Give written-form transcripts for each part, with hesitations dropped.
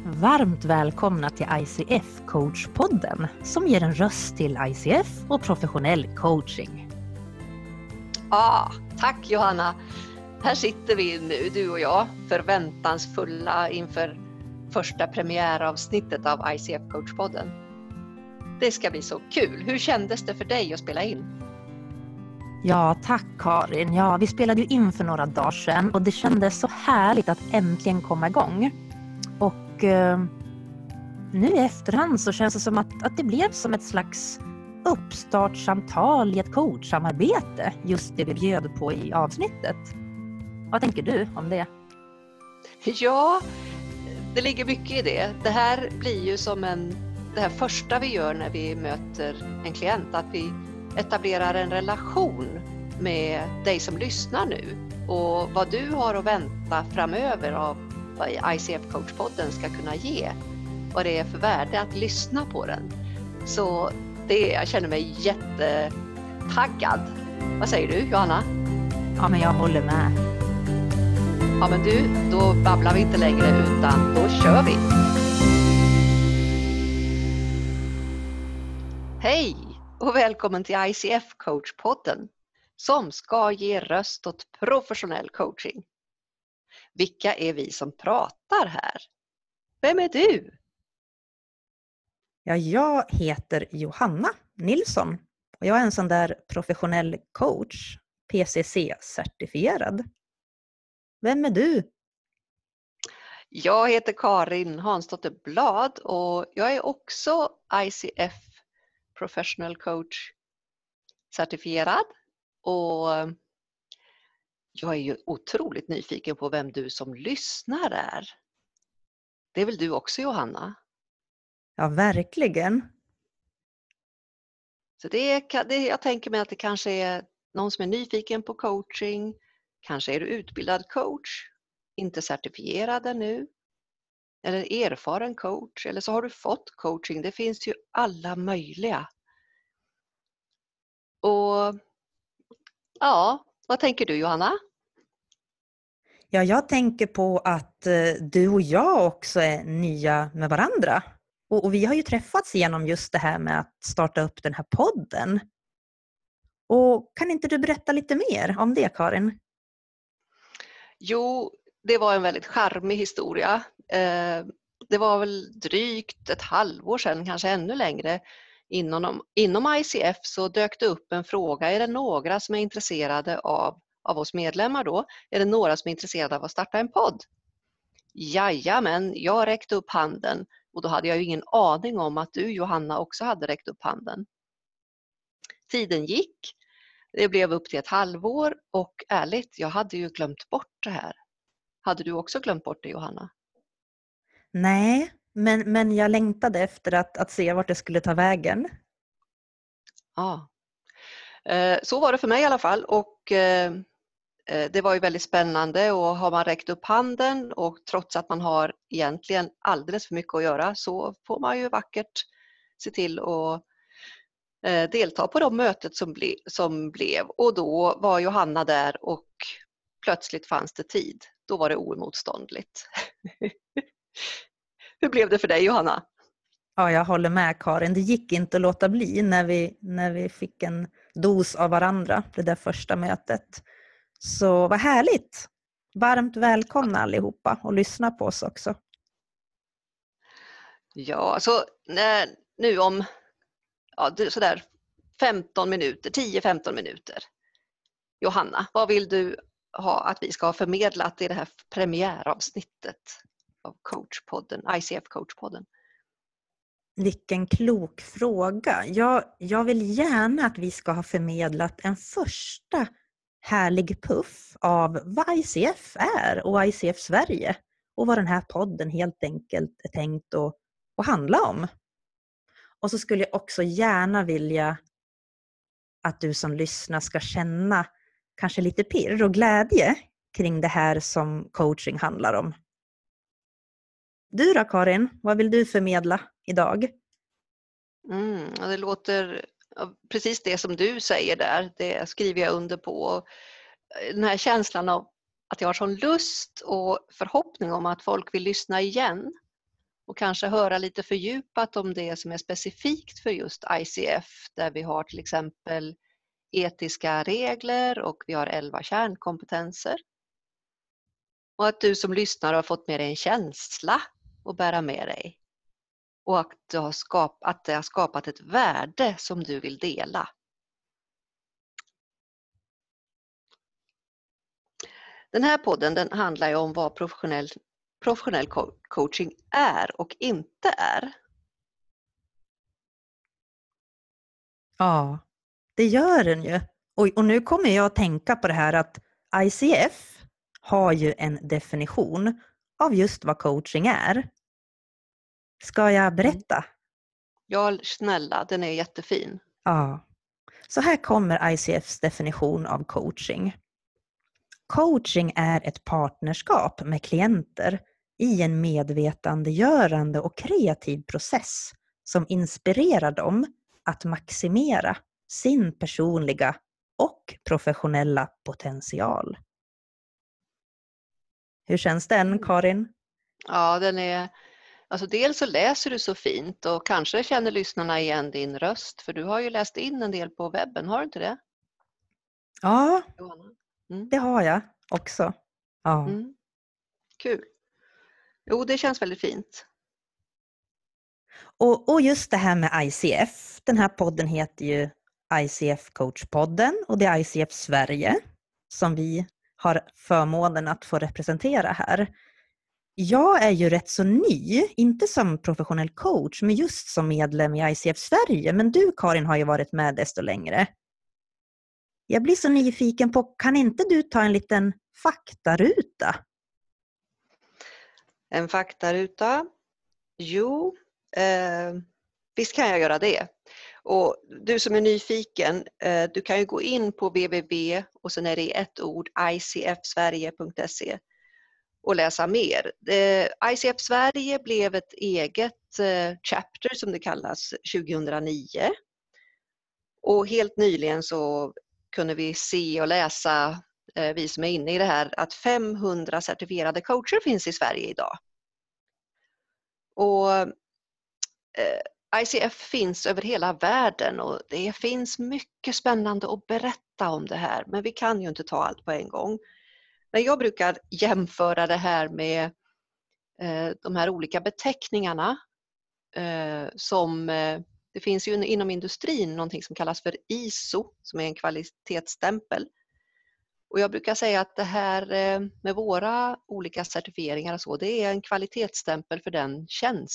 Varmt välkomna till ICF Coach-podden som ger en röst till ICF och professionell coaching. Tack Johanna. Här sitter vi nu, du och jag, förväntansfulla inför första premiäravsnittet av ICF Coach-podden. Det ska bli så kul. Hur kändes det för dig att spela in? Ja, tack Karin. Ja, vi spelade ju in för några dagar sedan och det kändes så härligt att äntligen komma igång. Och nu i efterhand så känns det som att det blev som ett slags uppstartssamtal i ett coachsamarbete, just det vi bjöd på i avsnittet. Vad tänker du om det? Ja, det ligger mycket i det. Det här blir ju som det här första vi gör när vi möter en klient, att vi etablerar en relation med dig som lyssnar nu och vad du har att vänta framöver av vad ICF Coach-podden ska kunna ge. Vad det är för värde att lyssna på den. Så jag känner mig jättetaggad. Vad säger du, Johanna? Ja, men jag håller med. Ja, men då babblar vi inte längre utan då kör vi. Hej och välkommen till ICF Coach-podden som ska ge röst åt professionell coaching. Vilka är vi som pratar här? Vem är du? Ja, jag heter Johanna Nilsson och jag är en sån där professionell coach, PCC-certifierad. Vem är du? Jag heter Karin Hansdotter Blad och jag är också ICF Professional Coach certifierad och jag är ju otroligt nyfiken på vem du som lyssnar är. Det är väl du också, Johanna? Ja, verkligen. Så jag tänker mig att det kanske är någon som är nyfiken på coaching. Kanske är du utbildad coach, inte certifierad ännu. Eller erfaren coach, eller så har du fått coaching. Det finns ju alla möjliga. Och ja, vad tänker du, Johanna? Ja, jag tänker på att du och jag också är nya med varandra. Och vi har ju träffats genom just det här med att starta upp den här podden. Och kan inte du berätta lite mer om det, Karin? Jo, det var en väldigt charmig historia. Det var väl drygt ett halvår sedan, kanske ännu längre. Inom ICF så dök det upp en fråga. Är det några som är intresserade av oss medlemmar då? Är det några som är intresserade av att starta en podd? Jajamän, jag räckte upp handen och då hade jag ju ingen aning om att du, Johanna, också hade räckt upp handen. Tiden gick. Det blev upp till ett halvår och ärligt, jag hade ju glömt bort det här. Hade du också glömt bort det, Johanna? Nej, men jag längtade efter att se vart det skulle ta vägen. Ja. Så var det för mig i alla fall och det var ju väldigt spännande och har man räckt upp handen och trots att man har egentligen alldeles för mycket att göra så får man ju vackert se till att delta på de mötet som blev och då var Johanna där och plötsligt fanns det tid. Då var det oemotståndligt. Hur blev det för dig, Johanna? Ja, jag håller med Karin. Det gick inte att låta bli när vi fick en dos av varandra, det där första mötet. Så vad härligt! Varmt välkomna allihopa och lyssna på oss också. Ja, så nu om sådär 15 minuter, 10-15 minuter. Johanna, vad vill du ha att vi ska ha förmedlat i det här premiäravsnittet av coachpodden, ICF Coachpodden? Vilken klok fråga. Jag vill gärna att vi ska ha förmedlat en första härlig puff av vad ICF är och ICF Sverige och vad den här podden helt enkelt är tänkt att handla om. Och så skulle jag också gärna vilja att du som lyssnar ska känna kanske lite pirr och glädje kring det här som coaching handlar om. Du då Karin, vad vill du förmedla idag? Det låter precis det som du säger där, det skriver jag under på. Den här känslan av att jag har sån lust och förhoppning om att folk vill lyssna igen. och kanske höra lite fördjupat om det som är specifikt för just ICF, där vi har till exempel etiska regler och vi har 11 kärnkompetenser. Och att du som lyssnar har fått med dig en känsla att bära med dig. Och att det har skapat ett värde som du vill dela. Den här podden den handlar ju om vad professionell coaching är och inte är. Ja, det gör den ju. Och nu kommer jag att tänka på det här att ICF har ju en definition av just vad coaching är. Ska jag berätta? Ja, snälla, den är jättefin. Ja. Så här kommer ICFs definition av coaching. Coaching är ett partnerskap med klienter i en medvetandegörande och kreativ process som inspirerar dem att maximera sin personliga och professionella potential. Hur känns den, Karin? Ja, den är... Alltså dels så läser du så fint och kanske känner lyssnarna igen din röst, för du har ju läst in en del på webben, har du inte det? Ja, Mm. det har jag också. Ja. Mm. Kul. Jo, det känns väldigt fint. Och just det här med ICF, den här podden heter ju ICF Coach-podden och det är ICF Sverige som vi har förmånen att få representera här. Jag är ju rätt så ny, inte som professionell coach, men just som medlem i ICF Sverige. Men du, Karin, har ju varit med desto längre. Jag blir så nyfiken på, kan inte du ta en liten faktaruta? En faktaruta? Jo, visst kan jag göra det. Och du som är nyfiken, du kan ju gå in på www och sen är det i ett ord icfsverige.se och läsa mer. ICF Sverige blev ett eget chapter som det kallas 2009. Och helt nyligen så kunde vi se och läsa, vi som är inne i det här, att 500 certifierade coacher finns i Sverige idag. Och ICF finns över hela världen och det finns mycket spännande att berätta om det här, men vi kan ju inte ta allt på en gång. Men jag brukar jämföra det här med de här olika beteckningarna som det finns ju inom industrin någonting som kallas för ISO, som är en kvalitetsstämpel. Och jag brukar säga att det här med våra olika certifieringar och så, det är en kvalitetsstämpel för den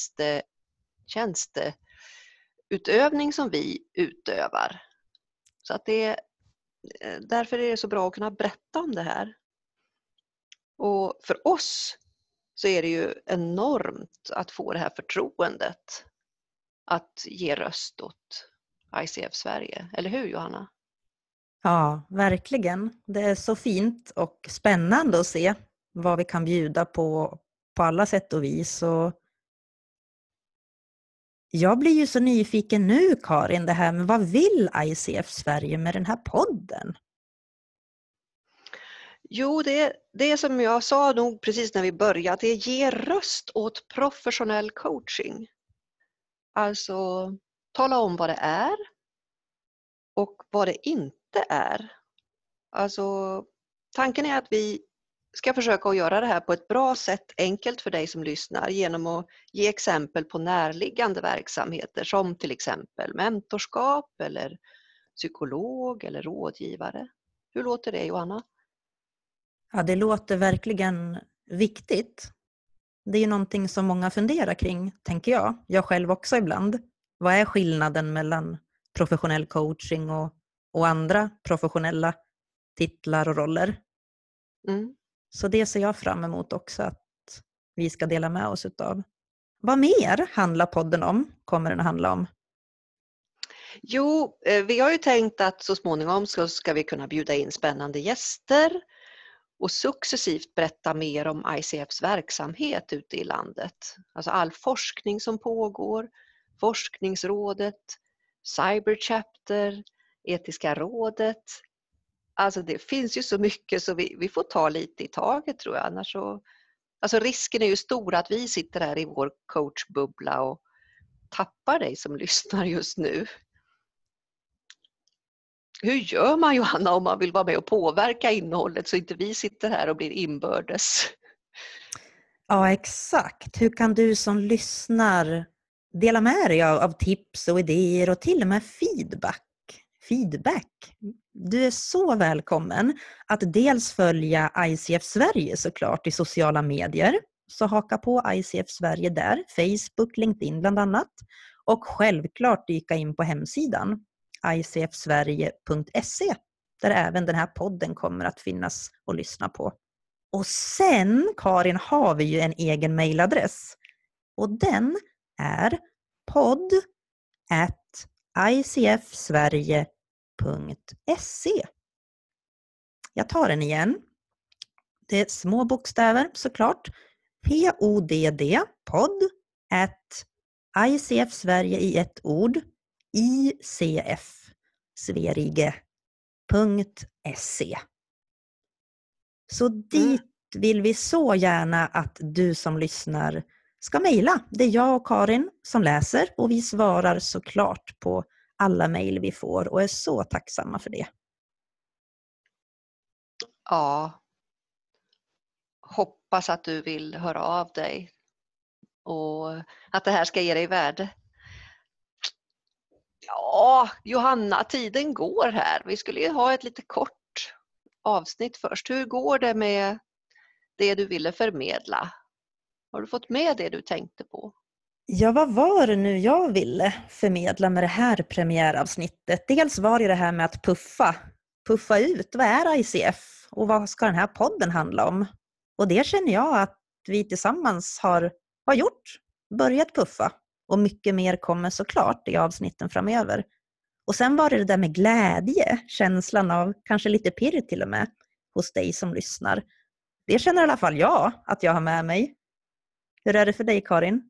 tjänsteutövning som vi utövar. Så att därför är det så bra att kunna berätta om det här. Och för oss så är det ju enormt att få det här förtroendet att ge röst åt ICF Sverige. Eller hur, Johanna? Ja, verkligen. Det är så fint och spännande att se vad vi kan bjuda på alla sätt och vis. Och jag blir ju så nyfiken nu, Karin, det här med vad vill ICF Sverige med den här podden? Jo, det som jag sa nog precis när vi började, det ger röst åt professionell coaching. Alltså tala om vad det är och vad det inte är. Alltså tanken är att vi ska försöka att göra det här på ett bra sätt, enkelt för dig som lyssnar, genom att ge exempel på närliggande verksamheter som till exempel mentorskap eller psykolog eller rådgivare. Hur låter det, Johanna? Ja, det låter verkligen viktigt. Det är ju någonting som många funderar kring, tänker jag. Jag själv också ibland. Vad är skillnaden mellan professionell coaching och andra professionella titlar och roller? Mm. Så det ser jag fram emot också att vi ska dela med oss utav. Vad mer handlar podden om? Kommer den att handla om? Jo, vi har ju tänkt att så småningom ska vi kunna bjuda in spännande gäster och successivt berätta mer om ICFs verksamhet ute i landet. Alltså all forskning som pågår, forskningsrådet, cyberchapter, etiska rådet. Alltså det finns ju så mycket så vi får ta lite i taget, tror jag. Annars så Alltså risken är ju stor att vi sitter här i vår coachbubbla och tappar dig som lyssnar just nu. Hur gör man, Johanna, om man vill vara med och påverka innehållet så inte vi sitter här och blir inbördes? Ja, exakt. Hur kan du som lyssnar dela med dig av tips och idéer och till och med feedback? Du är så välkommen att dels följa ICF Sverige såklart i sociala medier. Så haka på ICF Sverige där, Facebook, LinkedIn bland annat. Och självklart dyka in på hemsidan icfsverige.se där även den här podden kommer att finnas att lyssna på. Och sen, Karin, har vi ju en egen mejladress. Och den är podd@icfsverige.se. Jag tar den igen. Det är små bokstäver såklart. PODD, podd@icfsverige i ett ord, icfsverige.se. Så dit vill vi så gärna att du som lyssnar ska mejla. Det är jag och Karin som läser och vi svarar såklart på alla mejl vi får och är så tacksamma för det. Ja, hoppas att du vill höra av dig och att det här ska ge dig värde. Ja, Johanna, tiden går här. Vi skulle ju ha ett lite kort avsnitt först. Hur går det med det du ville förmedla? Har du fått med det du tänkte på? Ja, vad var det nu jag ville förmedla med det här premiäravsnittet? Dels var det här med att puffa ut. Vad är ICF? Och vad ska den här podden handla om? Och det känner jag att vi tillsammans har gjort. Börjat puffa. Och mycket mer kommer såklart i avsnitten framöver. Och sen var det där med glädje. Känslan av kanske lite pirr till och med hos dig som lyssnar. Det känner i alla fall jag att jag har med mig. Hur är det för dig, Karin?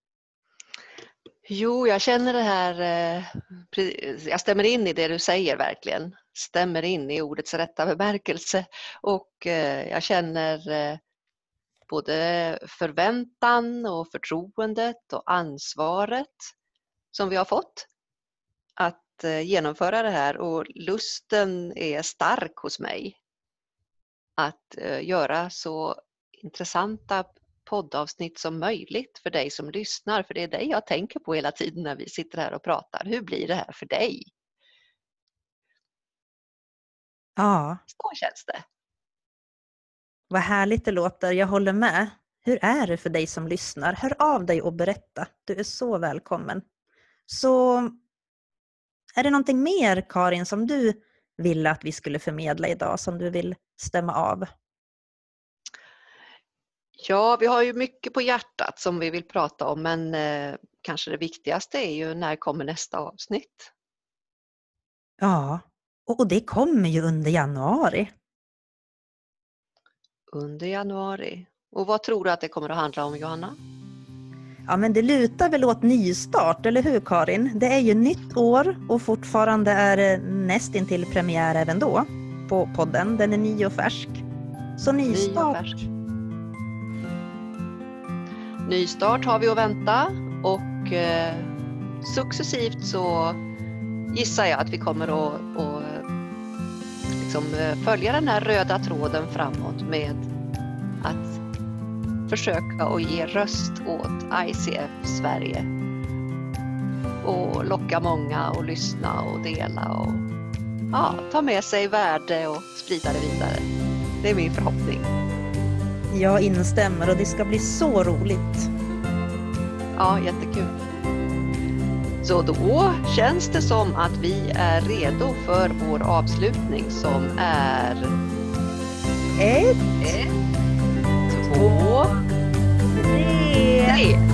Jo, jag känner det här, jag stämmer in i det du säger verkligen. Stämmer in i ordets rätta bemärkelse. Och jag känner både förväntan och förtroendet och ansvaret som vi har fått att genomföra det här. Och lusten är stark hos mig att göra så intressanta poddavsnitt som möjligt för dig som lyssnar. För det är dig jag tänker på hela tiden när vi sitter här och pratar. Hur blir det här för dig? Ja. Så känns det. Vad härligt det låter, jag håller med. Hur är det för dig som lyssnar? Hör av dig och berätta. Du är så välkommen. Så är det någonting mer, Karin, som du ville att vi skulle förmedla idag, som du vill stämma av? Ja, vi har ju mycket på hjärtat som vi vill prata om, men kanske det viktigaste är ju när kommer nästa avsnitt? Ja, och det kommer ju under januari. Under januari. Och vad tror du att det kommer att handla om, Johanna? Ja, men det lutar väl åt nystart, eller hur, Karin? Det är ju nytt år och fortfarande är det nästintill premiär även då på podden. Den är ny och färsk. Så nystart. Nystart har vi att vänta och successivt så gissar jag att vi kommer att liksom följa den här röda tråden framåt med att försöka att ge röst åt ICF Sverige och locka många att lyssna och dela och ta med sig värde och sprida det vidare. Det är min förhoppning. Jag instämmer och det ska bli så roligt. Ja, jättekul. Så då känns det som att vi är redo för vår avslutning som är 1, 2, 3.